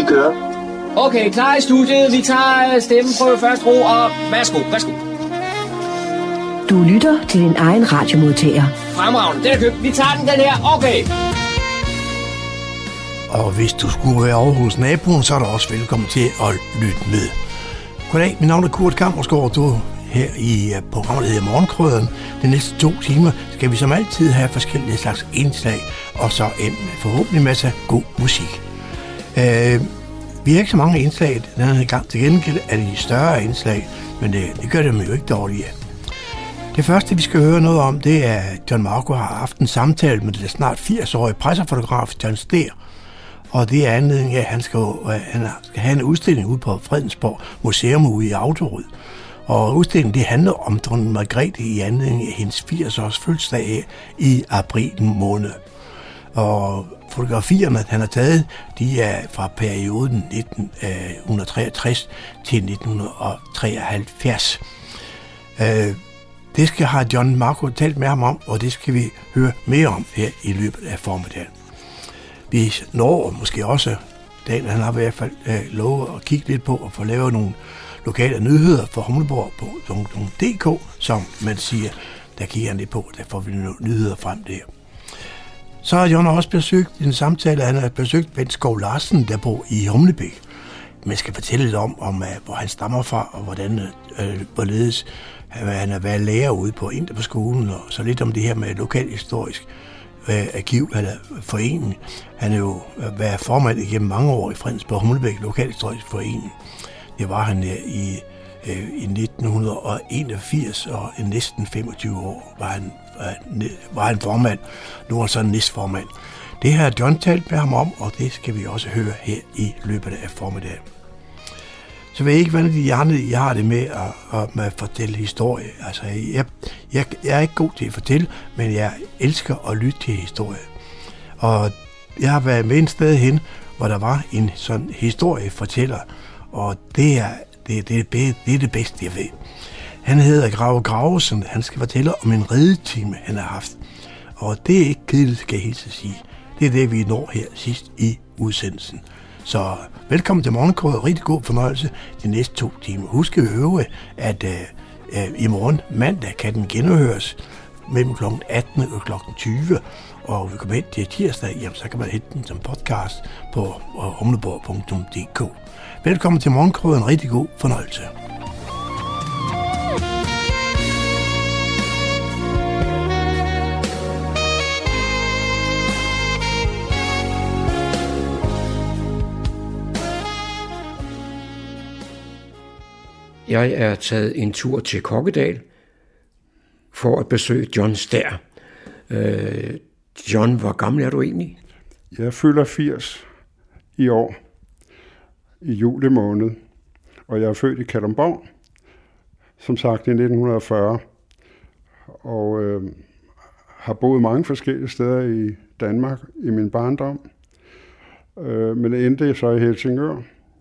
Vi kører. Okay, klar i studiet. Vi tager stemmeprøve først, ro, og værsgo. Du lytter til din egen radiomodtager. Fremragende, den er købt. Vi tager den her. Okay. Og hvis du skulle være over hos naboen, så er du også velkommen til at lytte med. Goddag, mit navn er Kurt Kammersgaard. Du her i programmet, der hedder Morgenkrøden. De næste 2 timer skal vi som altid have forskellige slags indslag, og så en forhåbentlig masse god musik. Vi har ikke så mange indslag denne gang. Til gengæld er de større indslag, men det gør dem jo ikke dårlige. Det første, vi skal høre noget om, det er, at John Marco har haft en samtale med den snart 80-årige pressefotograf John Stehr. Og det er anledning af, at han skal have en udstilling ude på Fredensborg Museum ude i Autorød. Og udstillingen, det handler om dronning Margrethe i anledning af hendes 80-års fødselsdag i april måned. Og fotografierne, han har taget, de er fra perioden 1963 til 1973. Det skal have John Marco talt med ham om, og det skal vi høre mere om her i løbet af formiddagen. Vi når måske også, dagen han har i hvert fald lovet at kigge lidt på og få lavet nogle lokale nyheder for Humleborg.dk, som man siger, der kigger han lidt på, der får vi nogle nyheder frem der. Så har John også besøgt en samtale, han har besøgt Bent Skov Larsen, der bor i Humlebæk. Man skal fortælle lidt om hvor han stammer fra, og hvorledes han har været lærer ude på skolen, og så lidt om det her med lokalhistorisk arkiv eller forening. Han har jo været formand igennem mange år i Fredensborg Humlebæk Lokalhistorisk Forening. Det var han i 1981, og i næsten 25 år var han formand. Nu er han så næstformand. Det har John talt med ham om, og det skal vi også høre her i løbet af formiddagen. Så ved jeg ikke, hvordan jeg har det med at fortælle historie. Altså, jeg er ikke god til at fortælle, men jeg elsker at lytte til historie. Og jeg har været med et sted hen, hvor der var en sådan historiefortæller, og det er det bedste, jeg ved. Han hedder Grave Gravesen. Han skal fortælle om en redetime, han har haft. Og det er ikke kedeligt, skal jeg helt sige. Det er det, vi når her sidst i udsendelsen. Så velkommen til Morgenkrøden. Rigtig god fornøjelse de næste 2 timer. Husk at øve, at i morgen mandag kan den genhøres mellem kl. 18 og kl. 20. Og vi kommer hen til tirsdag, jamen, så kan man hente den som podcast på humleborg.dk. Velkommen til Morgenkrøden. Rigtig god fornøjelse. Jeg er taget en tur til Kokkedal for at besøge John Stehr. John, hvor gammel er du egentlig? Jeg fylder 80 i år, i juli måned, og jeg er født i Kalundborg, som sagt i 1940, og har boet mange forskellige steder i Danmark i min barndom, men endte så i Helsingør,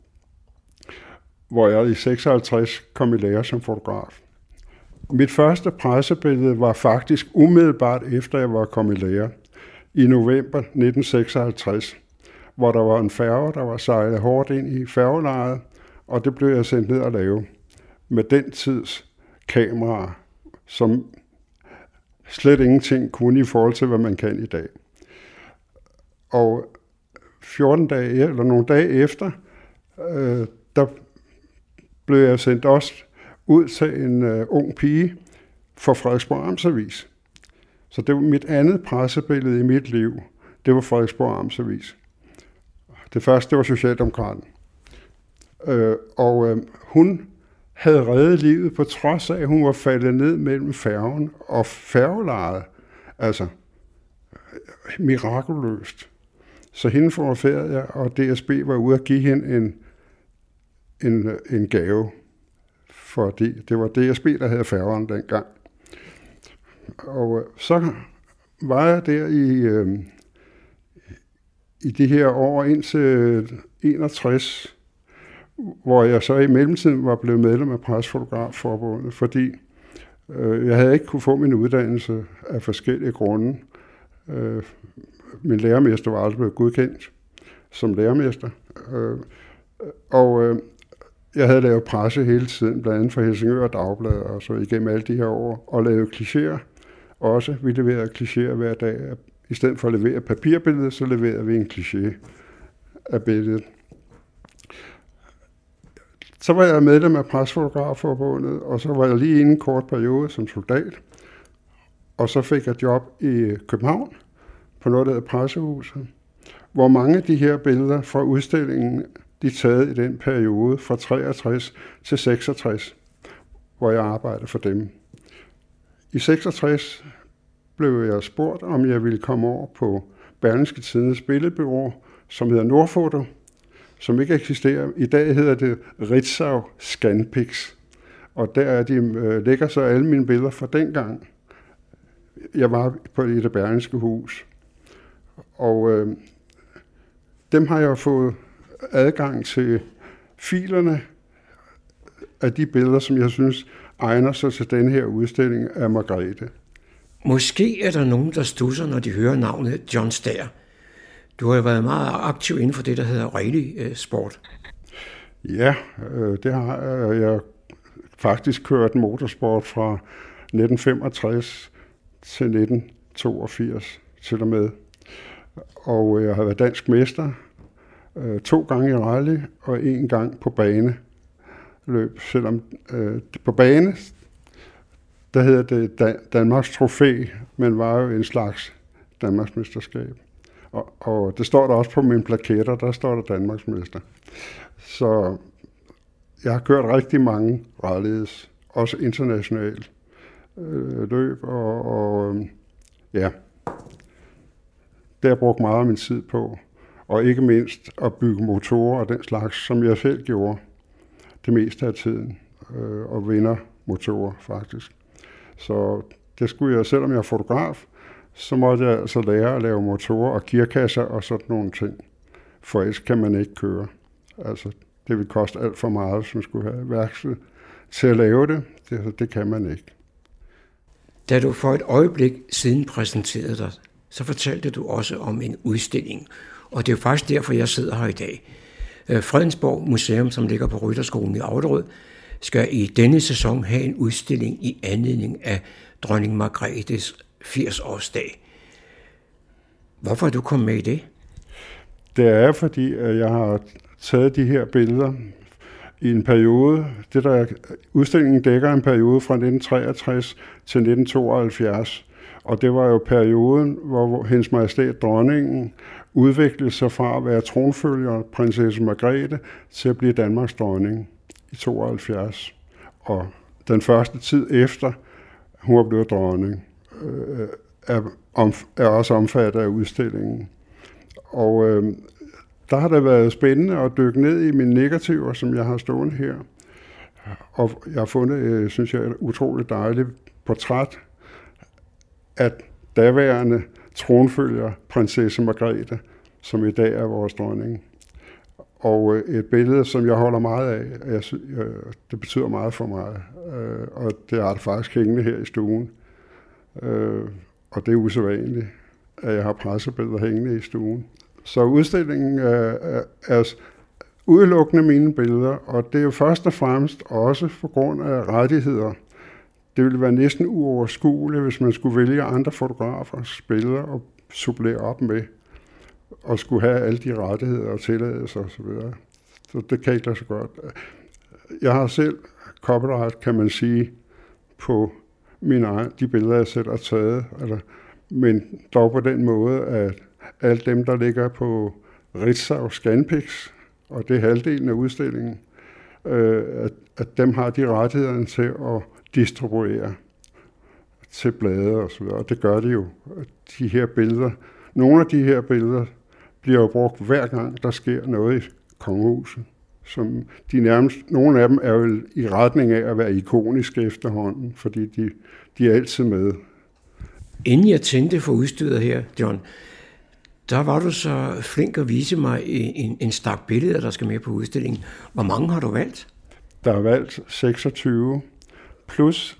hvor jeg i 56 kom i lære som fotograf. Mit første pressebillede var faktisk umiddelbart efter jeg var kommet i lære, i november 1956, hvor der var en færge, der var sejlet hårdt ind i færgelejet, og det blev jeg sendt ned at lave med den tids kameraer, som slet ingenting kunne i forhold til, hvad man kan i dag. Og 14 dage, eller nogle dage efter, der blev jeg sendt også ud til en ung pige for Frederiksborg Amtsavis. Så det var mit andet pressebillede i mit liv. Det var Frederiksborg Amtsavis. Det første, det var Socialdemokraten. Hun havde reddet livet på trods af, at hun var faldet ned mellem færgen og færgelejet. Altså, mirakuløst. Så hende fotograferede jeg, og DSB var ude at give hende en gave. Fordi det var DSB, der havde færgen dengang. Og så var jeg der i de her år indtil 61, hvor jeg så i mellemtiden var blevet medlem af Pressefotografforbundet, fordi jeg havde ikke kunne få min uddannelse af forskellige grunde. Min lærermester var aldrig blevet godkendt. som lærermester. Jeg havde lavet presse hele tiden, blandt andet for Helsingør Dagblad, og så igennem alle de her år, og lavet klichéer også. Vi leverede klichéer hver dag. I stedet for at levere papirbilledet, så leverede vi en kliché af billedet. Så var jeg medlem af Pressefotografforbundet, og så var jeg lige inde en kort periode som soldat. Og så fik jeg job i København, på noget, der hedder Pressehuset, hvor mange af de her billeder fra udstillingen, de er taget i den periode fra 63 til 66, hvor jeg arbejdede for dem. I 66 blev jeg spurgt, om jeg ville komme over på Berlingske Tidendes billedbureau, som hedder Nordfoto, som ikke eksisterer. I dag hedder det Ritzau Scanpix, og der ligger så alle mine billeder fra dengang. Jeg var i det Berlingske hus, og dem har jeg fået adgang til filerne af de billeder, som jeg synes egner sig til den her udstilling af Margrethe. Måske er der nogen, der stusser, når de hører navnet John Stæhr. Du har jo været meget aktiv inden for det, der hedder rally-sport. Ja, det har jeg. Jeg faktisk kørt motorsport fra 1965 til 1982 til og med. Og jeg har været dansk mester 2 gange i rally og 1 gang på baneløb. Selvom på bane, der hedder det Danmarks Trofæ, men var jo en slags Danmarksmesterskab. Og det står der også på mine plaketter, der står der Danmarksmester. Så jeg har kørt rigtig mange rallies, også internationalt løb, og ja, det har jeg brugt meget af min tid på. Og ikke mindst at bygge motorer og den slags, som jeg selv gjorde det meste af tiden, og vinder motorer faktisk. Så det skulle jeg, selvom jeg er fotograf, så måtte jeg altså lære at lave motorer og gearkasser og sådan nogle ting. For ellers kan man ikke køre. Altså, det vil koste alt for meget, hvis man skulle have værksted til at lave det. Det kan man ikke. Da du for et øjeblik siden præsenterede dig, så fortalte du også om en udstilling. Og det er jo faktisk derfor, jeg sidder her i dag. Fredensborg Museum, som ligger på Rytterskolen i Auderød, skal i denne sæson have en udstilling i anledning af dronning Margrethes 80-årsdag. Hvorfor er du kommet med i det? Det er fordi, at jeg har taget de her billeder i en periode. Udstillingen dækker en periode fra 1963 til 1972. Og det var jo perioden, hvor Hendes Majestæt Dronningen udviklede sig fra at være tronfølger, prinsesse Margrethe, til at blive Danmarks dronning i 72. Og den første tid efter, hun var blevet dronning, er også omfattet af udstillingen. Og der har det været spændende at dykke ned i mine negativer, som jeg har stående her. Og jeg har fundet, synes jeg, et utroligt dejligt portræt af daværende tronfølger, prinsesse Margrethe, som i dag er vores dronning. Og et billede, som jeg holder meget af. Det betyder meget for mig. Og det er det faktisk hængende her i stuen. Og det er usædvanligt, at jeg har pressebilleder hængende i stuen. Så udstillingen er udelukkende mine billeder, og det er jo først og fremmest også på grund af rettigheder. Det ville være næsten uoverskueligt, hvis man skulle vælge andre fotografers billeder og supplere op med, og skulle have alle de rettigheder og tilladelser osv. Så det kan ikke lade sig godt. Jeg har selv copyright, kan man sige, på de billeder, jeg selv har taget, men dog på den måde, at alle dem, der ligger på Ritzau Scanpix, og det er halvdelen af udstillingen, at dem har de rettighederne til at distribuere til blade og så videre. Og det gør de jo. De her billeder, nogle af de her billeder bliver jo brugt hver gang, der sker noget i kongehuset. Som nogle af dem er jo i retning af at være ikoniske efterhånden, fordi de er altid med. Inden jeg tændte for udstyret her, John, der var du så flink at vise mig en stak billeder, der skal med på udstillingen. Hvor mange har du valgt? Der er valgt 26, plus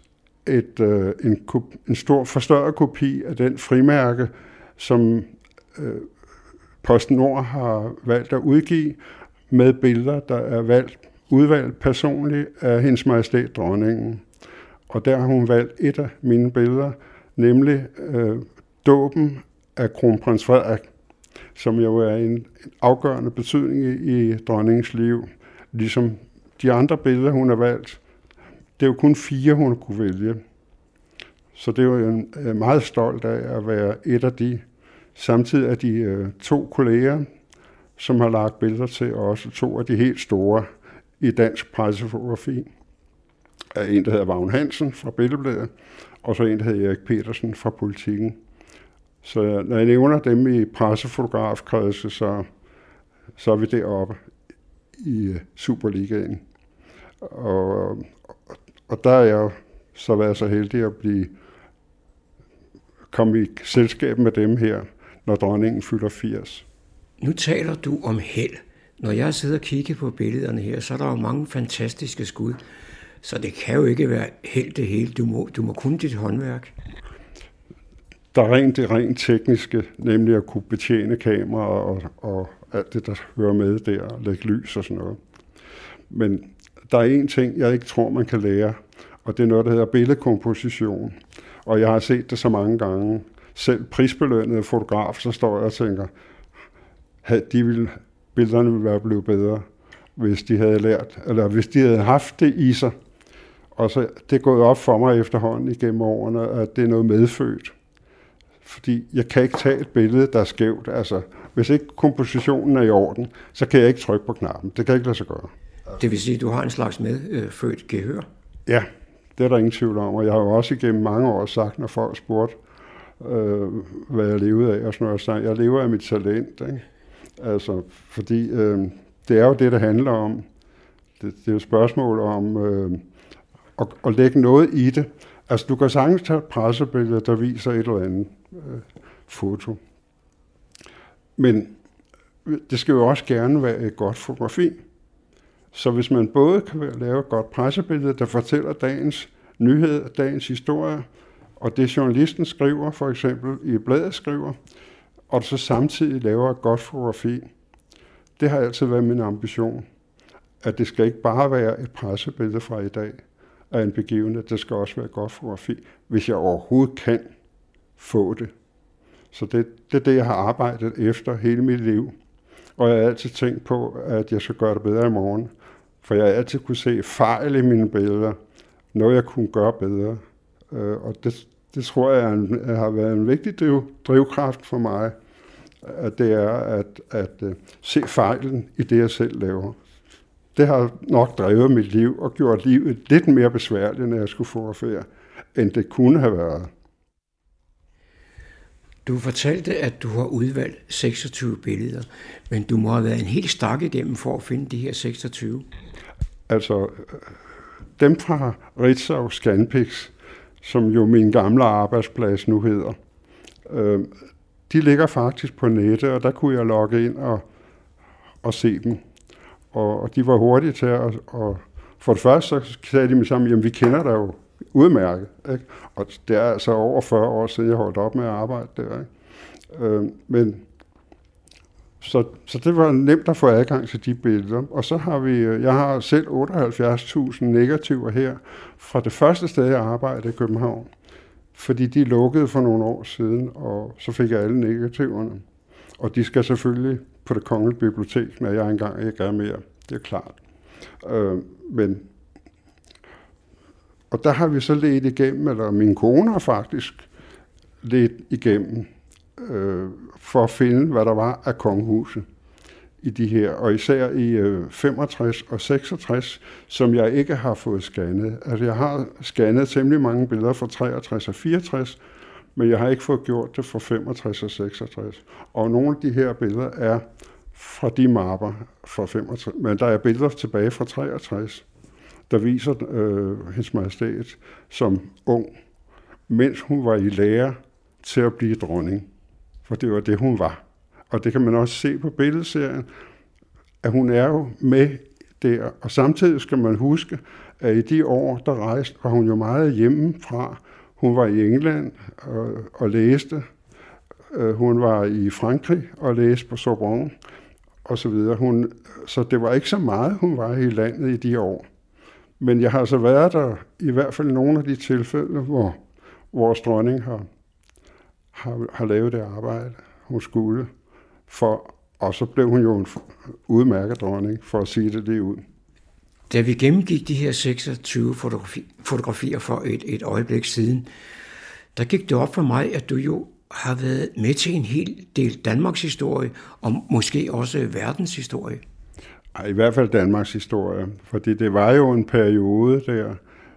en stor forstørret kopi af den frimærke, som PostNord har valgt at udgive med billeder, der er udvalgt personligt af Hendes Majestæt Dronningen. Og der har hun valgt et af mine billeder, nemlig dåben af kronprins Frederik, som jo er en afgørende betydning i dronningens liv. Ligesom de andre billeder, hun har valgt, det er jo kun 4, hun kunne vælge. Så det er jo en meget stolt af at være et af de. Samtidig er de 2 kolleger, som har lagt billeder til, og også 2 af de helt store i dansk pressefotografi. Er en, der hedder Vagn Hansen fra Billedbladet, og så en, der hedder Erik Petersen fra Politikken. Så når jeg nævner dem i pressefotografkredse, så er vi deroppe i Superligaen. Og der er jeg jo så været så heldig at komme i selskab med dem her, når dronningen fylder 80. Nu taler du om held. Når jeg sidder og kigger på billederne her, så er der jo mange fantastiske skud. Så det kan jo ikke være held det hele. Du må kunne dit håndværk. Der er det rent tekniske, nemlig at kunne betjene kamera og alt det, der hører med der, og lægge lys og sådan noget. Men der er en ting, jeg ikke tror, man kan lære, og det er noget, der hedder billedkomposition. Og jeg har set det så mange gange. Selv prisbelønnede fotograf, så står jeg og tænker, billederne ville være blevet bedre, hvis de havde lært, eller hvis de havde haft det i sig. Og så det er gået op for mig efterhånden igennem årene, at det er noget medfødt. Fordi jeg kan ikke tage et billede, der er skævt. Altså, hvis ikke kompositionen er i orden, så kan jeg ikke trykke på knappen. Det kan jeg ikke lade sig gøre. Det vil sige, at du har en slags medfødt gehør? Ja, det er der ingen tvivl om. Og jeg har jo også igennem mange år sagt, når folk spurgte, hvad jeg levede af, og sådan noget, jeg lever af mit talent. Ikke? Altså, fordi det er jo det handler om. Det er jo et spørgsmål om at lægge noget i det. Altså, du kan sagtens tage et pressebillede, der viser et eller andet foto. Men det skal jo også gerne være et godt fotografi. Så hvis man både kan lave et godt pressebillede, der fortæller dagens nyhed, dagens historie, og det journalisten skriver, for eksempel i bladet skriver, og så samtidig laver et godt fotografi, det har altid været min ambition. At det skal ikke bare være et pressebillede fra i dag af en begivenhed, det skal også være et godt fotografi, hvis jeg overhovedet kan få det. Så det er det, jeg har arbejdet efter hele mit liv. Og jeg har altid tænkt på, at jeg skal gøre det bedre i morgen. For jeg har altid kunne se fejl i mine billeder, noget jeg kunne gøre bedre. Og det tror jeg har været en vigtig drivkraft for mig, at det er at se fejlen i det, jeg selv laver. Det har nok drevet mit liv og gjort livet lidt mere besværligt, når jeg skulle fotografere, end det kunne have været. Du fortalte, at du har udvalgt 26 billeder, men du må have været en helt stak igennem for at finde de her 26. Altså, dem fra Ritzau Scanpix, som jo min gamle arbejdsplads nu hedder, de ligger faktisk på nettet, og der kunne jeg logge ind og se dem. Og de var hurtige til at for det første, så sagde de mig sammen, jamen vi kender dig jo udmærket. Ikke? Og det er altså over 40 år siden, jeg holdt op med at arbejde der. Ikke? Så det var nemt at få adgang til de billeder. Og så har jeg har selv 78.000 negativer her fra det første sted, jeg arbejdede i København. Fordi de lukkede for nogle år siden, og så fik jeg alle negativerne. Og de skal selvfølgelig på Det Kongelige Bibliotek, når jeg engang ikke er mere. Det er klart. Og der har vi så ledt igennem, eller min kone har faktisk ledt igennem, for at finde, hvad der var af kongehuset i de her. Og især i 65 og 66, som jeg ikke har fået scannet. Altså jeg har scannet temmelig mange billeder fra 63 og 64, men jeg har ikke fået gjort det fra 65 og 66. Og nogle af de her billeder er fra de mapper fra 65, men der er billeder tilbage fra 63, der viser Hendes Majestæt som ung, mens hun var i lære til at blive dronning. For det var det, hun var. Og det kan man også se på billedserien, at hun er jo med der. Og samtidig skal man huske, at i de år, der rejste, var hun jo meget hjemmefra. Hun var i England og læste Hun var i Frankrig og læste på Sorbonne og så videre. Så det var ikke så meget, hun var i landet i de år. Men jeg har altså været der i hvert fald nogle af de tilfælde, hvor vores dronning har lavet det arbejde, hun skulle. Og så blev hun jo en udmærket dronning, for at sige det lige ud. Da vi gennemgik de her 26 fotografier for et øjeblik siden, der gik det op for mig, at du jo har været med til en hel del Danmarks historie, og måske også verdenshistorie. I hvert fald Danmarks historie, fordi det var jo en periode der,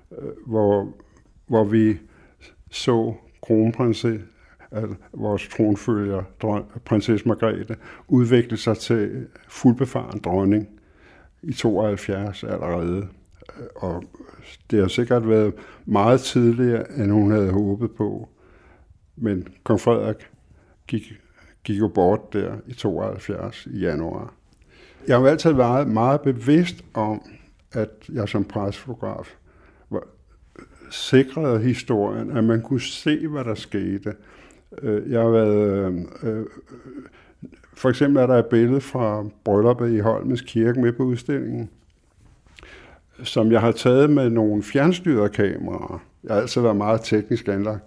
hvor vi så kronprinsesse, altså vores tronfølger, prinsesse Margrethe, udvikle sig til fuldbefaren dronning i 72 allerede. Og det har sikkert været meget tidligere, end hun havde håbet på. Men kong Frederik gik jo bort der i 72 i januar. Jeg har altid været meget bevidst om, at jeg som pressefotograf sikrede historien, at man kunne se, hvad der skete. Jeg har været... For eksempel er der et billede fra brylluppet i Holmens Kirke med på udstillingen, som jeg har taget med nogle fjernstyrede kameraer. Jeg har altid været meget teknisk anlagt.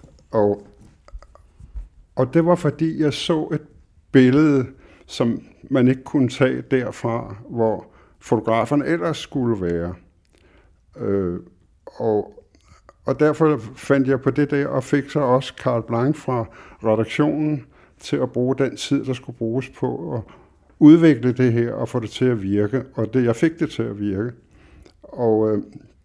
Og det var fordi, jeg så et billede, som man ikke kunne tage derfra, hvor fotograferne ellers skulle være. Og derfor fandt jeg på det der, og fik så også Carl Blanc fra redaktionen til at bruge den tid, der skulle bruges på at udvikle det her og få det til at virke. Og jeg fik det til at virke. Og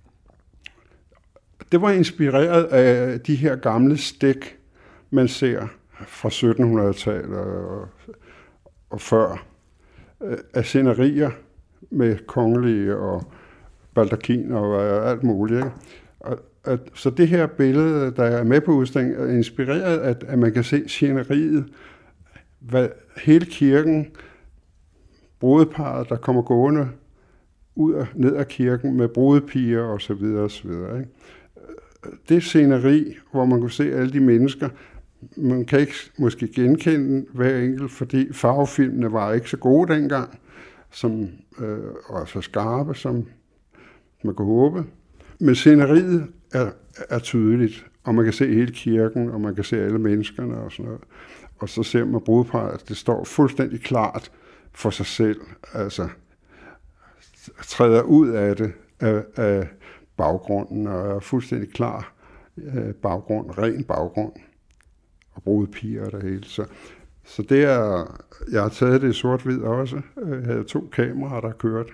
det var inspireret af de her gamle stik, man ser fra 1700-tallet og før, af scenerier med kongelige og baldakiner og alt muligt. Så det her billede, der er med på udstillingen, er inspireret, at man kan se sceneriet, hele kirken, brudeparret, der kommer gående ud og ned af kirken med brudepiger og så videre og så videre. Ikke? Det sceneri, hvor man kunne se alle de mennesker, man kan ikke måske genkende hver enkelt, fordi farvefilmene var ikke så gode dengang, og så skarpe, som man kunne håbe. Men sceneriet er tydeligt, og man kan se hele kirken, og man kan se alle menneskerne og sådan noget. Og så ser man brudeparret, det står fuldstændig klart for sig selv, altså træder ud af det, af baggrunden, og er fuldstændig klar baggrund, ren baggrund, og brudepiger og det hele. Så det er, jeg har taget det i sort-hvid også. Jeg havde 2 kameraer, der kørte.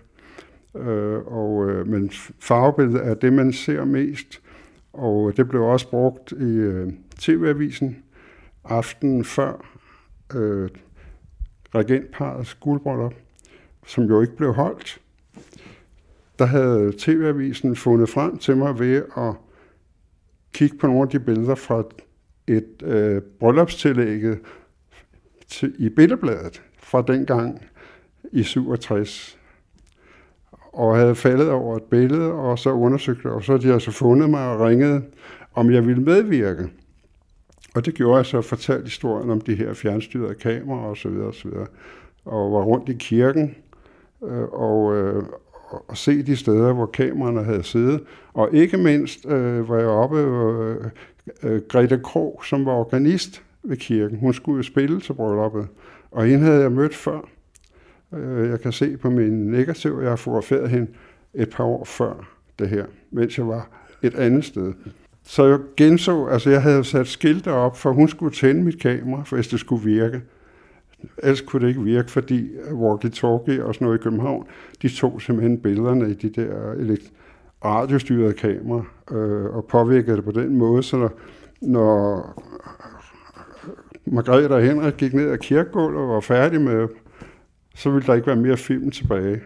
Men farvebilledet er det, man ser mest, og det blev også brugt i TV-avisen aftenen før regentparrets guldbryllup, som jo ikke blev holdt. Der havde TV-avisen fundet frem til mig ved at kigge på nogle af de billeder fra et bryllupstillægget i Billedbladet fra dengang i 67. Og havde faldet over et billede, og så undersøgte, og så havde de altså fundet mig og ringede, om jeg ville medvirke. Og det gjorde jeg så, fortalte historien om de her fjernstyrede kameraer og så videre, og var rundt i kirken og se de steder, hvor kameraerne havde siddet. Og ikke mindst var jeg oppe Grete Krog, som var organist ved kirken. Hun skulle jo spille til brylluppet, og hende havde jeg mødt før. Jeg kan se på min negativ, jeg har fotograferet hende et par år før det her, mens jeg var et andet sted. Så jeg genså, altså jeg havde sat skilte op, for hun skulle tænde mit kamera, for hvis det skulle virke. Ellers kunne det ikke virke, fordi walkie-talkie og sådan noget i København, de tog simpelthen billederne i de der radiostyrede kameraer og påvirkede det på den måde, så når Margrethe og Henrik gik ned ad kirkegulvet og var færdige med, så ville der ikke være mere film tilbage.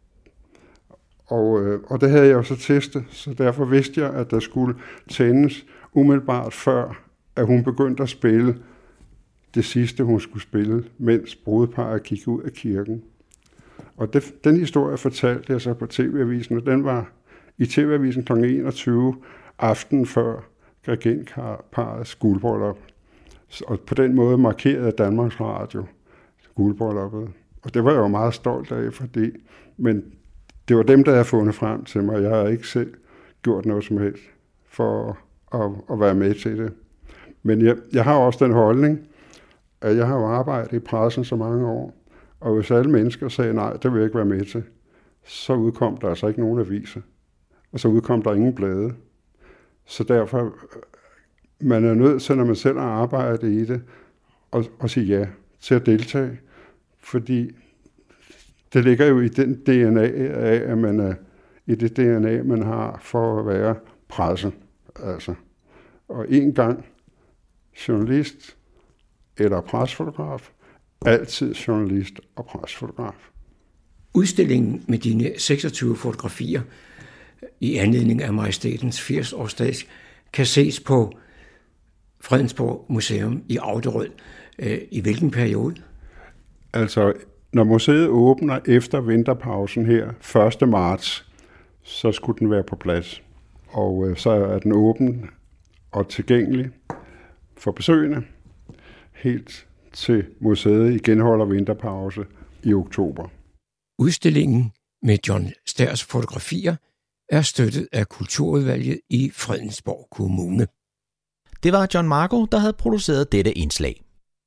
Og det havde jeg jo så testet, så derfor vidste jeg, at der skulle tændes umiddelbart før, at hun begyndte at spille det sidste, hun skulle spille, mens brudeparret gik ud af kirken. Og den historie fortalte jeg så på TV-avisen, og den var i TV-avisen kl. 21 aften før regentparrets guldbryllup. Og på den måde markerede Danmarks Radio guldbrylluppet. Og det var jeg jo meget stolt af, men det var dem, der havde fundet frem til mig. Jeg har ikke selv gjort noget som helst for at være med til det. Men jeg har også den holdning, at jeg har jo arbejdet i pressen så mange år, og hvis alle mennesker sagde nej, det vil jeg ikke være med til, så udkom der altså ikke nogen aviser, og så udkom der ingen blade. Så derfor, man er nødt til, når man selv har arbejdet i det, at sige ja til at deltage, fordi det ligger jo i den DNA af, at man er i det DNA, man har for at være presse. Altså. Og en gang journalist eller presfotograf, altid journalist og presfotograf. Udstillingen med dine 26 fotografier i anledning af Majestætens 80-årsdag kan ses på Fredensborg Museum i Auderød. I hvilken periode? Altså, når museet åbner efter vinterpausen her 1. marts, så skulle den være på plads. Og så er den åben og tilgængelig for besøgende helt til museet igen holder vinterpause i oktober. Udstillingen med John Stærs fotografier er støttet af Kulturudvalget i Fredensborg Kommune. Det var John Marco, der havde produceret dette indslag.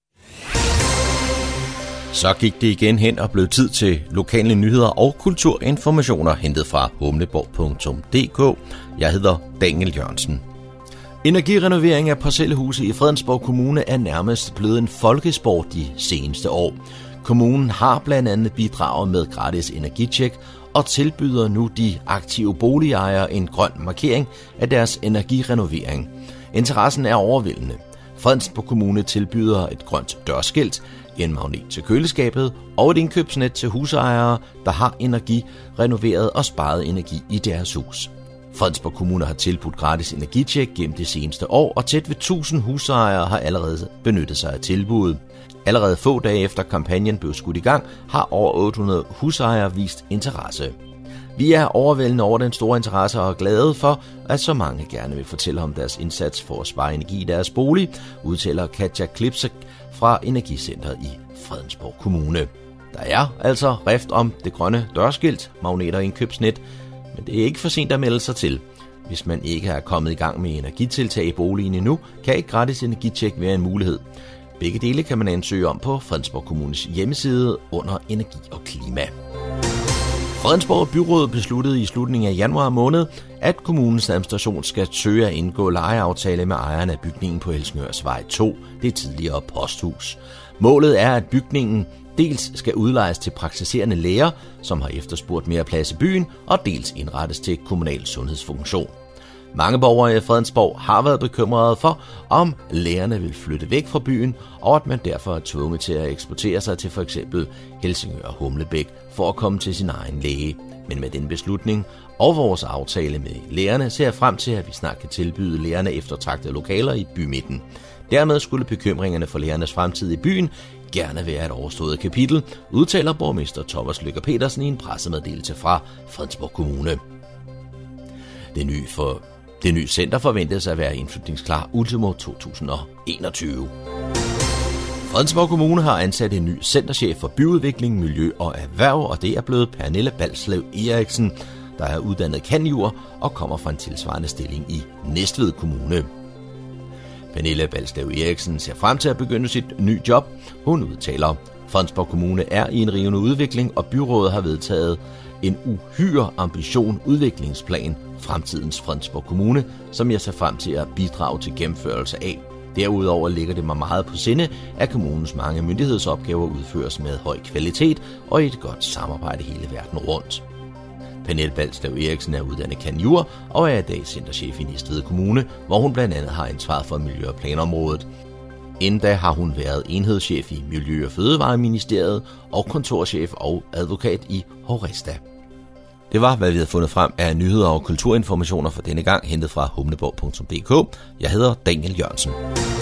Så gik det igen hen og blev tid til lokale nyheder og kulturinformationer hentet fra humleborg.dk. Jeg hedder Daniel Jørgensen. Energirenovering af parcelhuse i Fredensborg Kommune er nærmest blevet en folkesport de seneste år. Kommunen har blandt andet bidraget med gratis energitjek og tilbyder nu de aktive boligejere en grøn markering af deres energirenovering. Interessen er overvældende. Fredensborg Kommune tilbyder et grønt dørskilt, en magnet til køleskabet og et indkøbsnet til husejere, der har energirenoveret og sparet energi i deres hus. Fredensborg Kommune har tilbudt gratis energitjek gennem de seneste år, og tæt ved 1000 husejere har allerede benyttet sig af tilbuddet. Allerede få dage efter kampagnen blev skudt i gang, har over 800 husejere vist interesse. Vi er overvældende over den store interesse og er glade for, at så mange gerne vil fortælle om deres indsats for at spare energi i deres bolig, udtaler Katja Klipsek fra Energicentret i Fredensborg Kommune. Der er altså rift om det grønne dørskilt, magneter og indkøbsnet, men det er ikke for sent at melde sig til. Hvis man ikke er kommet i gang med energitiltag i boligen endnu, kan et gratis energitjek være en mulighed. Begge dele kan man ansøge om på Fredensborg Kommunes hjemmeside under Energi og Klima. Fredensborg Byråd besluttede i slutningen af januar måned, at kommunens administration skal søge at indgå lejeaftale med ejerne af bygningen på Helsingørsvej 2, det tidligere posthus. Målet er, at bygningen dels skal udlejes til praktiserende læger, som har efterspurgt mere plads i byen, og dels indrettes til kommunal sundhedsfunktion. Mange borgere i Fredensborg har været bekymrede for, om lægerne vil flytte væk fra byen, og at man derfor er tvunget til at eksportere sig til f.eks. Helsingør og Humlebæk for at komme til sin egen læge. Men med den beslutning og vores aftale med lægerne ser jeg frem til, at vi snart kan tilbyde lægerne eftertragtede lokaler i bymidten. Dermed skulle bekymringerne for lægernes fremtid i byen gerne være et overstået kapitel, udtaler borgmester Thomas Lykker Petersen i en pressemeddelelse fra Fredensborg Kommune. Det nye center forventes at være indflytningsklar ultimo 2021. Fredensborg Kommune har ansat en ny centerchef for byudvikling, miljø og erhverv, og det er blevet Pernille Balslev Eriksen, der er uddannet cand.jur. og kommer fra en tilsvarende stilling i Næstved Kommune. Pernille Balslev Eriksen ser frem til at begynde sit nye job. Hun udtaler, Fredensborg Kommune er i en rivende udvikling, og byrådet har vedtaget en uhyre ambition udviklingsplan Fremtidens Fredensborg Kommune, som jeg ser frem til at bidrage til gennemførelse af. Derudover ligger det mig meget på sinde, at kommunens mange myndighedsopgaver udføres med høj kvalitet og i et godt samarbejde hele verden rundt. Pernille Balslev Eriksen er uddannet cand.jur. og er i dag centerchef i Næstved Kommune, hvor hun blandt andet har ansvaret for miljø- og planområdet. Inden da har hun været enhedschef i Miljø- og Fødevareministeriet og kontorchef og advokat i Horesta. Det var, hvad vi havde fundet frem af nyheder og kulturinformationer for denne gang, hentet fra humleborg.dk. Jeg hedder Daniel Jørgensen.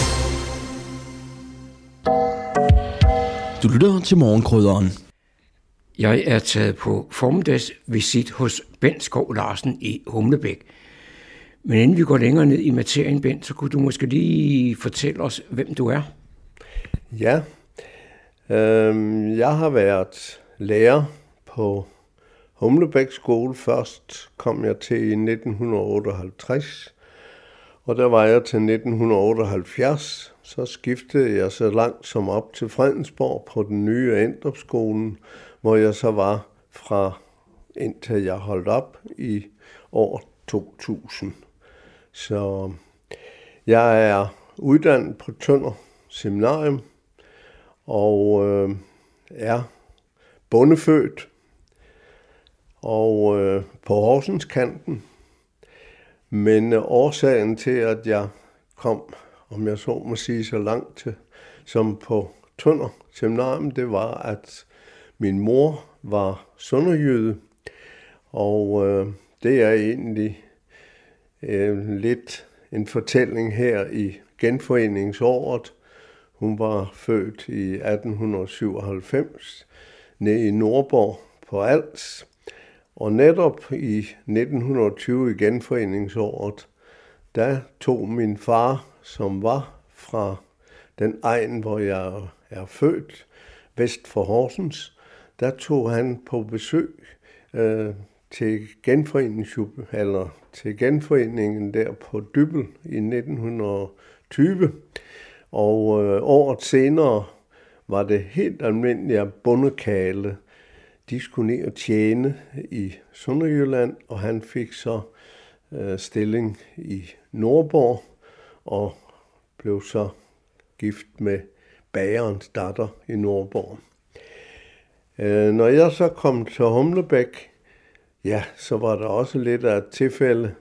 Du lytter til Morgenkrydderen. Jeg er taget på formiddagsvisit hos Bent Skov Larsen i Humlebæk. Men inden vi går længere ned i materien, Bent, så kunne du måske lige fortælle os, hvem du er. Ja, jeg har været lærer på Humlebæk skole. Først kom jeg til i 1958, og der var jeg til 1978. Så skiftede jeg så langt som op til Fredensborg på den nye Endrupskolen, hvor jeg så var fra indtil jeg holdt op i år 2000. Så jeg er uddannet på Tønder Seminarium og er bondefødt og på Horsenskanten. Men årsagen til, at jeg kom, om jeg så må sige, så langt til, som på Tønder Seminarium, det var, at min mor var sønderjyde, og det er egentlig lidt en fortælling her i genforeningsåret. Hun var født i 1897 nede i Nordborg på Als, og netop i 1920 i genforeningsåret, der tog min far, som var fra den egn, hvor jeg er født, vest for Horsens, der tog han på besøg til genforeningen der på Dybbøl i 1920. Og året senere var det helt almindeligt, at bondekale, de skulle ned og tjene i Sønderjylland, og han fik så stilling i Nordborg og blev så gift med bagerens datter i Nordborg. Når jeg så kom til Humlebæk, ja, så var der også lidt af et tilfælde.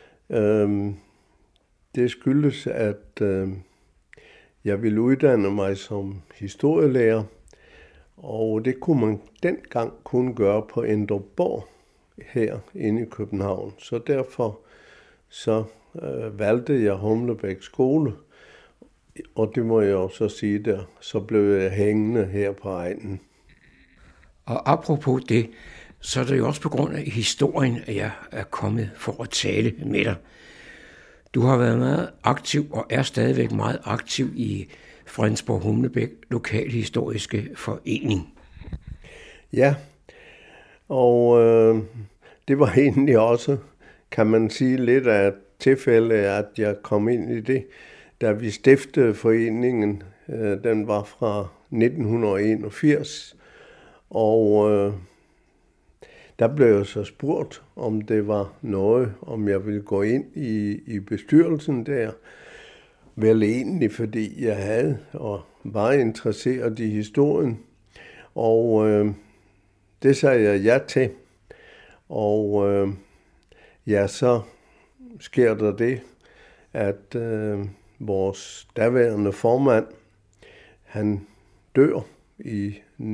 Det skyldes, at jeg ville uddanne mig som historielærer, og det kunne man dengang kun gøre på Endrupborg her inde i København. Så derfor så valgte jeg Humlebæk skole, og det må jeg jo så sige der, så blev jeg hængende her på egnen. Og apropos det, så er det jo også på grund af historien, at jeg er kommet for at tale med dig. Du har været meget aktiv og er stadigvæk meget aktiv i Fredensborg Humlebæk Lokalhistoriske Forening. Ja, og det var egentlig også, kan man sige, lidt af et tilfælde, at jeg kom ind i det, da vi stiftede foreningen. Den var fra 1981, og der blev jeg så spurgt, om det var noget, om jeg ville gå ind i bestyrelsen der. Vel egentlig, fordi jeg havde og var interesseret i historien. Og det sagde jeg ja til. Og ja, så sker der det, at vores daværende formand, han dør i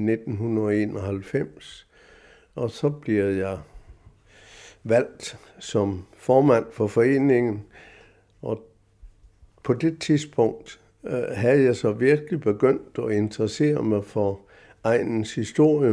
1991. Og så bliver jeg valgt som formand for foreningen. Og på det tidspunkt havde jeg så virkelig begyndt at interessere mig for egnens historie.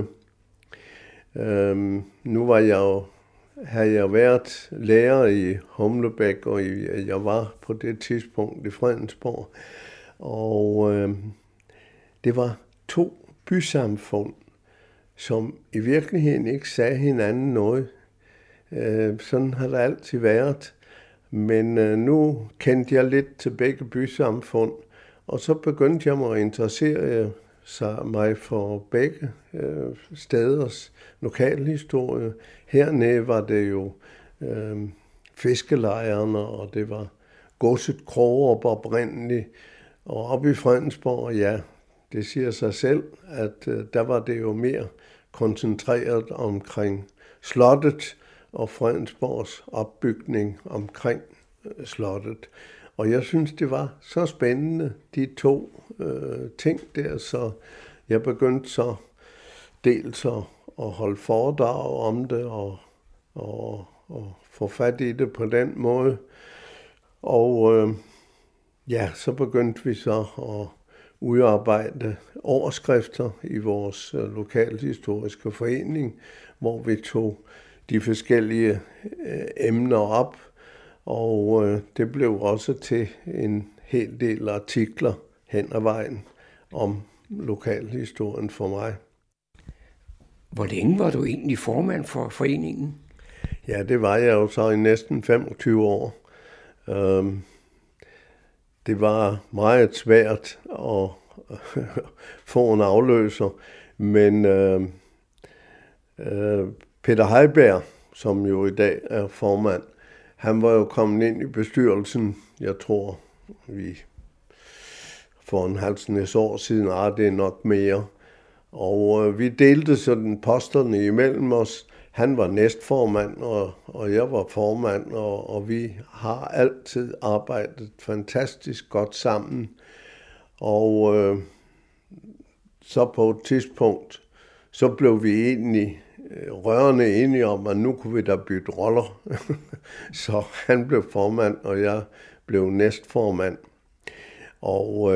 Nu havde jeg været lærer i Humlebæk, og jeg var på det tidspunkt i Fredensborg. Og det var 2 bysamfund, som i virkeligheden ikke sagde hinanden noget. Sådan har det altid været. Men nu kendte jeg lidt til begge bysamfund, og så begyndte jeg mig at interessere mig for begge steders lokalhistorie. Hernede var det jo fiskelejrene, og det var godset Krogerup oprindeligt. Og oppe i Fredensborg, ja, det siger sig selv, at der var det jo mere koncentreret omkring slottet og Fredensborgs opbygning omkring slottet. Og jeg synes, det var så spændende, de 2 ting der, så jeg begyndte så dels at holde foredrag om det og få fat i det på den måde. Og ja, så begyndte vi så at udarbejde overskrifter i vores lokalhistoriske forening, hvor vi tog de forskellige emner op, Og det blev også til en hel del artikler hen ad vejen om lokalhistorien for mig. Hvor længe var du egentlig formand for foreningen? Ja, det var jeg jo så i næsten 25 år. Det var meget svært at få en afløser, men Peter Heiberg, som jo i dag er formand, han var jo kommet ind i bestyrelsen, jeg tror, vi for en halvsnæs år siden, det er nok mere. Og vi delte sådan posterne imellem os. Han var næstformand, og jeg var formand, og vi har altid arbejdet fantastisk godt sammen. Og så på et tidspunkt, så blev vi egentlig rørende enige om, at nu kunne vi da bytte roller. Så han blev formand, og jeg blev næstformand. Og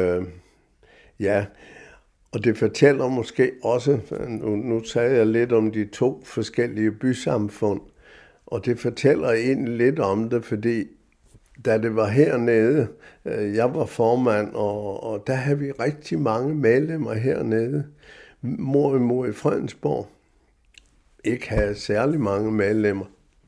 og det fortæller måske også, nu sagde jeg lidt om de 2 forskellige bysamfund, og det fortæller egentlig lidt om det, fordi da det var hernede, jeg var formand, og der havde vi rigtig mange medlemmer hernede. Mor i Fredensborg ikke havde særlig mange medlemmer.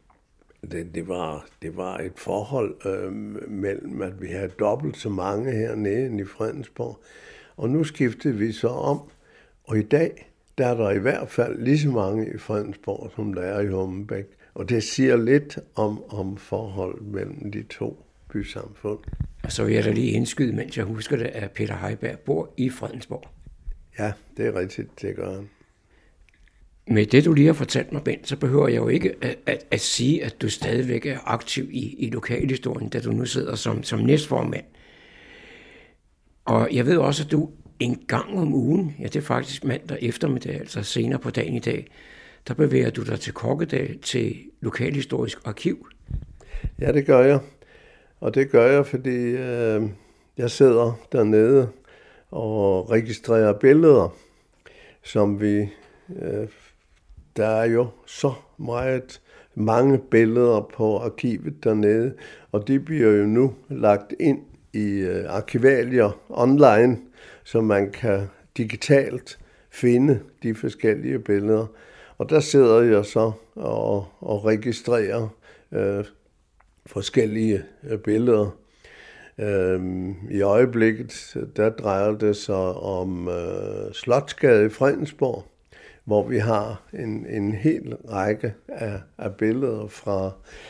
Det var et forhold mellem, at vi havde dobbelt så mange hernede end i Fredensborg. Og nu skiftede vi så om, og i dag, der er der i hvert fald lige så mange i Fredensborg, som der er i Humlebæk. Og det siger lidt om forholdet mellem de 2 bysamfund. Og så vil jeg da lige indskyde, mens jeg husker det, at Peter Heiberg bor i Fredensborg. Ja, det er rigtigt, det gør han. Med det, du lige har fortalt mig, Bent, så behøver jeg jo ikke at sige, at du stadigvæk er aktiv i lokalhistorien, da du nu sidder som næstformand. Og jeg ved også, at du en gang om ugen, ja det er faktisk mandag eftermiddag, altså senere på dagen i dag, der bevæger du dig til Kokkedal til Lokalhistorisk Arkiv. Ja, det gør jeg. Og det gør jeg, fordi jeg sidder dernede og registrerer billeder, som vi... der er jo så mange billeder på arkivet dernede, og de bliver jo nu lagt ind i arkivalier online, så man kan digitalt finde de forskellige billeder. Og der sidder jeg så og registrerer forskellige billeder. I øjeblikket, der drejer det sig om Slotsgade i Fredensborg, hvor vi har en hel række af billeder fra,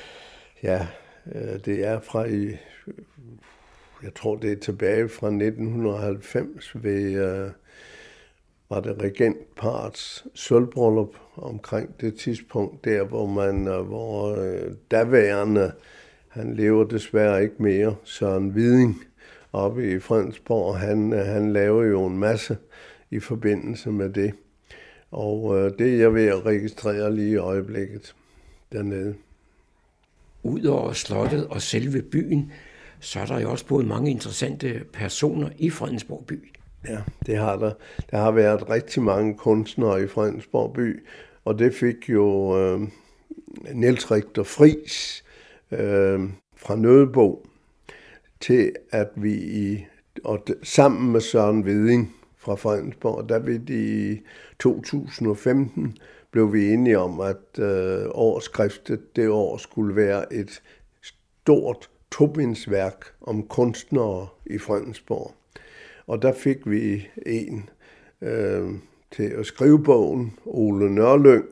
det er fra jeg tror det er tilbage fra 1990 ved, var det regentparrets sølvbryllup omkring det tidspunkt der, hvor daværende, han lever desværre ikke mere, Søren Hviding oppe i Fredensborg, han laver jo en masse i forbindelse med det. Og det er jeg ved at registrere lige i øjeblikket dernede. Udover slottet og selve byen, så er der jo også både mange interessante personer i Fredensborg by. Ja, det har der. Der har været rigtig mange kunstnere i Fredensborg by, og det fik jo Niels Richter Friis fra Nødebo til, at vi sammen med Søren Hviding fra Fredensborg, der ved i 2015 blev vi enige om, at årsskriftet det år skulle være et stort tobindsværk om kunstnere i Fredensborg. Og der fik vi en til at skrive bogen. Ole Nørlyng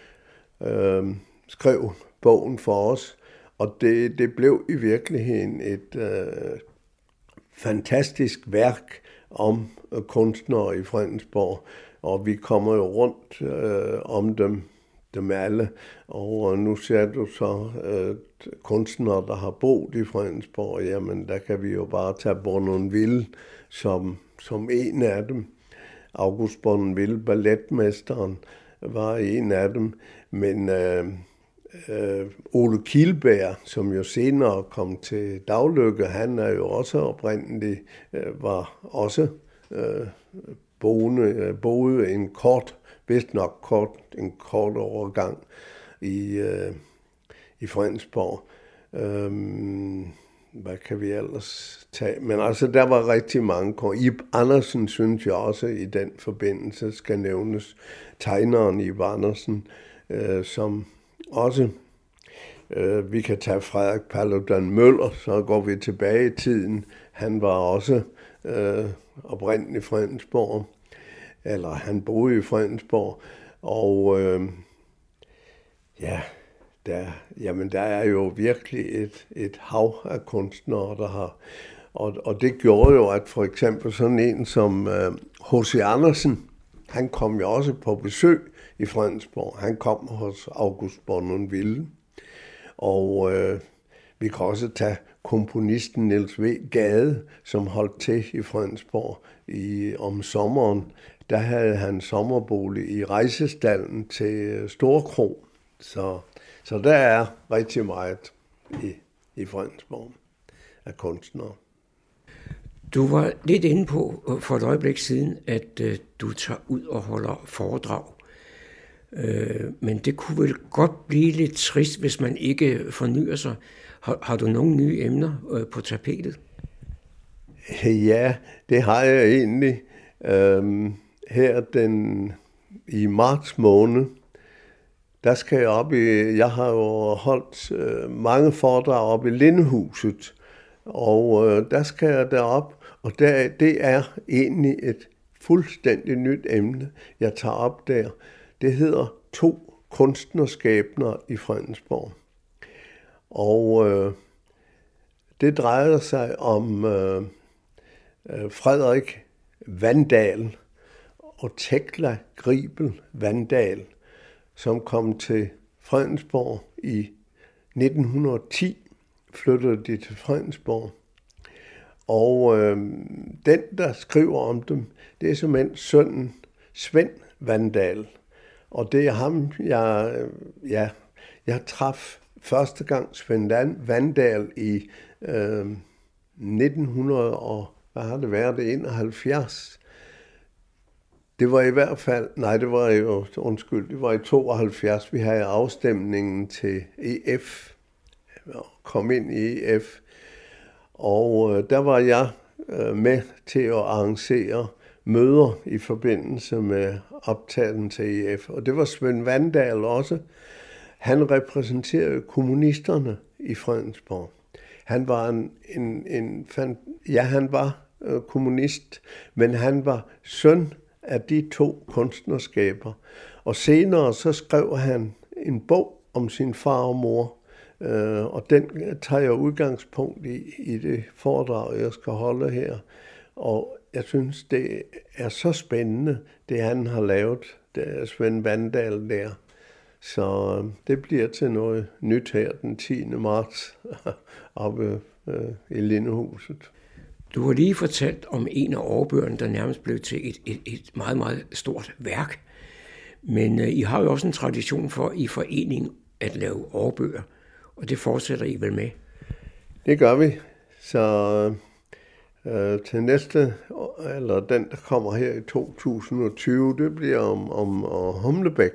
skrev bogen for os, og det blev i virkeligheden et fantastisk værk om kunstnere i Fredensborg, og vi kommer jo rundt om dem alle, og nu ser du så kunstnere, der har boet i Fredensborg, jamen der kan vi jo bare tage Bournonville som en af dem. August Bournonville, balletmesteren, var en af dem, men Ole Kielberg, som jo senere kom til Daglykke, han er jo også oprindelig, var også boede en kort overgang i Fredensborg. Hvad kan vi ellers tage? Men altså, der var rigtig mange. Ib Andersen, synes jeg også, i den forbindelse skal nævnes. Tegneren Ib Andersen, som også, vi kan tage Frederik Paludan Møller, så går vi tilbage i tiden. Han var også oprindelig i Fredensborg, eller han boede i Fredensborg, og der er jo virkelig et hav af kunstnere, der har, og det gjorde jo, at for eksempel sådan en som H.C. Andersen, han kom jo også på besøg i Fredensborg. Han kom hos August Bournonville, og vi kan også tage komponisten Niels V. Gade, som holdt til i Fredensborg om sommeren. Der havde han sommerbolig i Rejsestallen til Storkro. Så der er rigtig meget i Fredensborg af kunstnere. Du var lidt inde på for et øjeblik siden, at du tager ud og holder foredrag. Men det kunne vel godt blive lidt trist, hvis man ikke fornyer sig. Har du nogle nye emner på tapetet? Ja, det har jeg egentlig. Her i marts måned, der skal jeg op jeg har jo holdt mange foredrag op i Lindehuset, og der skal jeg derop, og det er egentlig et fuldstændig nyt emne, jeg tager op der. Det hedder 2 kunstnerskæbner i Fredensborg. Og det drejer sig om Frederik Vandal og Tekla Gribel Vandal, som kom til Fredensborg i 1910, flyttede de til Fredensborg. Og den, der skriver om dem, det er simpelthen sønnen Svend Vandal. Og det er ham, jeg traf første gang Svend Vandal i 1971. Det var i hvert fald, det var i 72, vi havde afstemningen til EF, kom ind i EF, og der var jeg med til at arrangere møder i forbindelse med optagelsen til EF, og det var Svend Vandal også. Han repræsenterede kommunisterne i Fredensborg. Han var han var kommunist, men han var søn af de 2 kunstnerskaber. Og senere så skrev han en bog om sin far og mor, og den tager jeg udgangspunkt i det foredrag, jeg skal holde her. Og jeg synes, det er så spændende, det han har lavet, det er Svend Vandal der. Så det bliver til noget nyt her den 10. marts oppe i Lindehuset. Du har lige fortalt om en af årbøgerne, der nærmest blev til et meget, meget stort værk. Men I har jo også en tradition for i forening at lave årbøger, og det fortsætter I vel med? Det gør vi. Så til næste, eller den, der kommer her i 2020, det bliver om Humlebæk.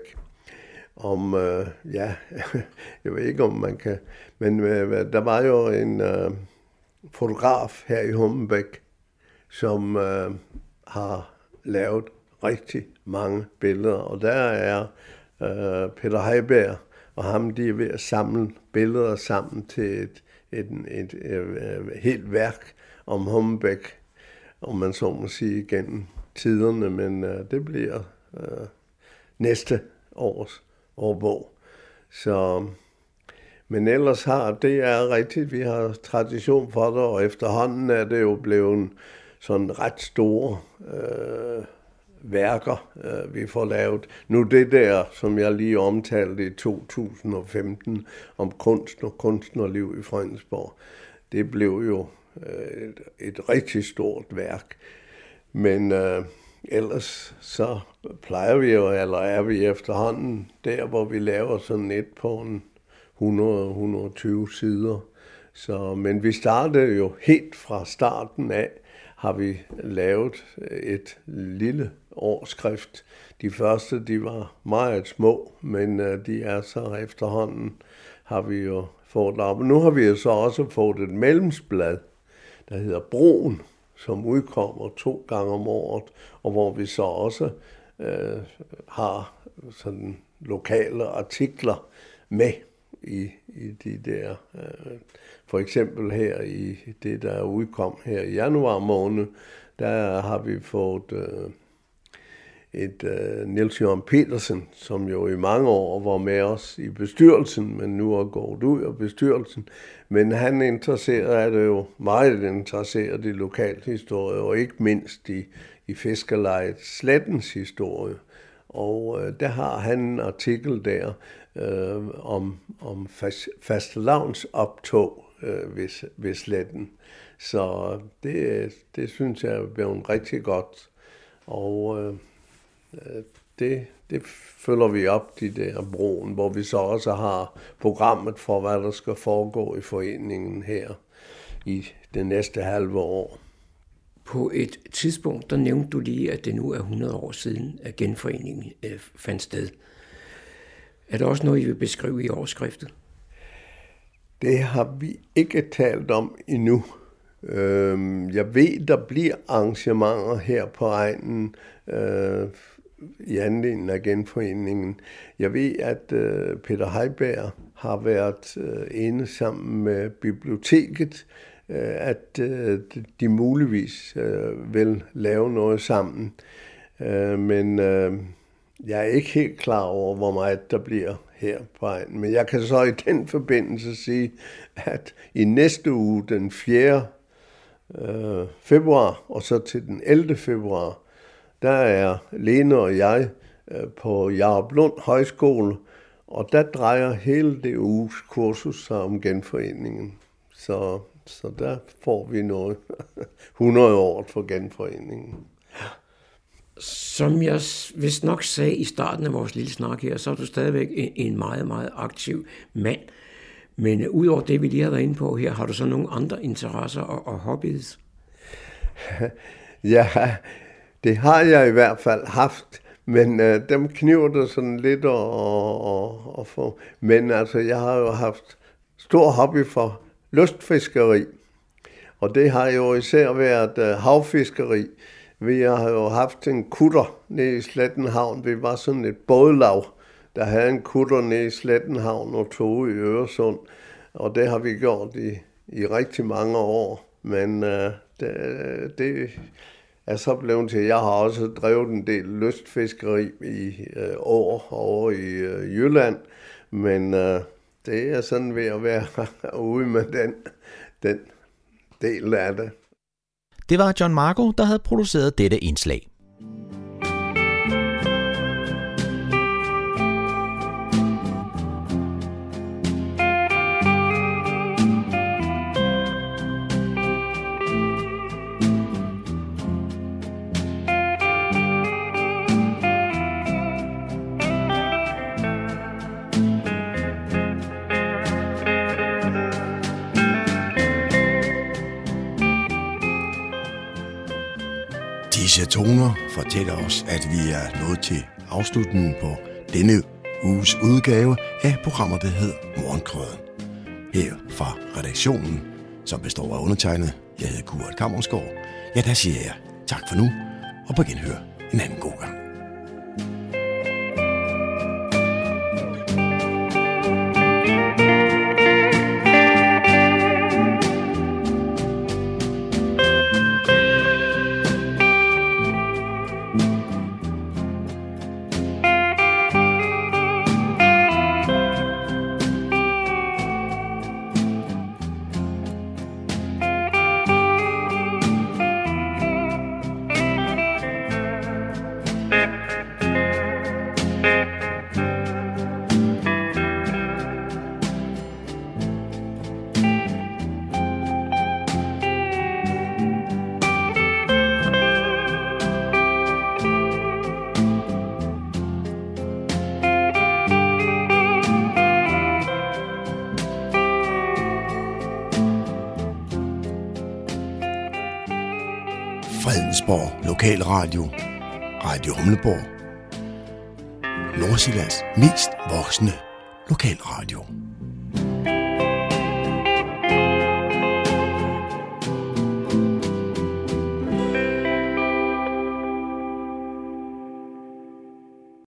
Jeg ved ikke, om man kan, men der var jo en fotograf her i Humlebæk, som har lavet rigtig mange billeder, og der er Peter Heiberg og ham, de er ved at samle billeder sammen til et helt værk om Humlebæk, om man så må sige, gennem tiderne, men det bliver næste års årbog. Så, men ellers det er rigtigt, vi har tradition for det, og efterhånden er det jo blevet sådan ret store værker, vi får lavet. Nu det der, som jeg lige omtalte i 2015, om kunst og kunstnerliv i Fredensborg, det blev jo et rigtig stort værk. Men ellers så plejer vi jo, eller er vi efterhånden der, hvor vi laver sådan et på 100-120 sider. Så, men vi startede jo helt fra starten af, har vi lavet et lille årskrift. De første, de var meget små, men de er så efterhånden, har vi jo fået op. Nu har vi jo så også fået et medlemsblad, der hedder Broen, som udkommer 2 gange om året, og hvor vi så også har sådan lokale artikler med i de der. For eksempel her i det, der udkom her i januar måned, der har vi fået Niels Jørgen Petersen, som jo i mange år var med os i bestyrelsen, men nu er gået ud af bestyrelsen. Men han er det jo meget interesseret i lokalhistorie, og ikke mindst i fiskerlejet Slettens historie. Og der har han en artikel der om fastelavnsoptog ved Sletten. Så det synes jeg er blevet rigtig godt. Og det følger vi op, de der Broen, hvor vi så også har programmet for, hvad der skal foregå i foreningen her i det næste halve år. På et tidspunkt, der nævnte du lige, at det nu er 100 år siden, at genforeningen fandt sted. Er der også noget, I vil beskrive i overskriftet? Det har vi ikke talt om endnu. Jeg ved, der bliver arrangementer her på egnen i anledning af genforeningen. Jeg ved, at Peter Heiberg har været inde sammen med biblioteket, at de muligvis vil lave noget sammen. Men jeg er ikke helt klar over, hvor meget der bliver her på egnen. Men jeg kan så i den forbindelse sige, at i næste uge, den 4. februar, og så til den 11. februar, der er Lene og jeg på Jarup Lund Højskole, og der drejer hele det uges kursus sig om genforeningen. Så der får vi noget 100 år for genforeningen. Som jeg vist nok sagde i starten af vores lille snak her, så er du stadigvæk en meget, meget aktiv mand. Men udover det, vi lige har været inde på her, har du så nogle andre interesser og hobbies? Ja, det har jeg i hvert fald haft, men dem kniver det sådan lidt at få. Men altså, jeg har jo haft stor hobby for lystfiskeri, og det har jo især været havfiskeri. Vi har jo haft en kutter nede i Slettenhavn. Vi var sådan et bådlav, der havde en kutter nede i Slettenhavn og tog ud i Øresund. Og det har vi gjort i rigtig mange år. Men det er så blevet til. Jeg har også drevet en del lystfiskeri i år over i Jylland. Men det er sådan ved at være ude med den del af det. Det var John Marco, der havde produceret dette indslag. Disse toner fortæller os, at vi er nået til afslutningen på denne uges udgave af programmet, der hedder Morgenkrøden. Her fra redaktionen, som består af undertegnet, jeg hedder Kurt Kammersgaard. Ja, der siger jeg tak for nu, og på genhør en anden god gang. Fredensborg Lokalradio, Radio Humleborg, Nordsjællands mest voksne lokalradio.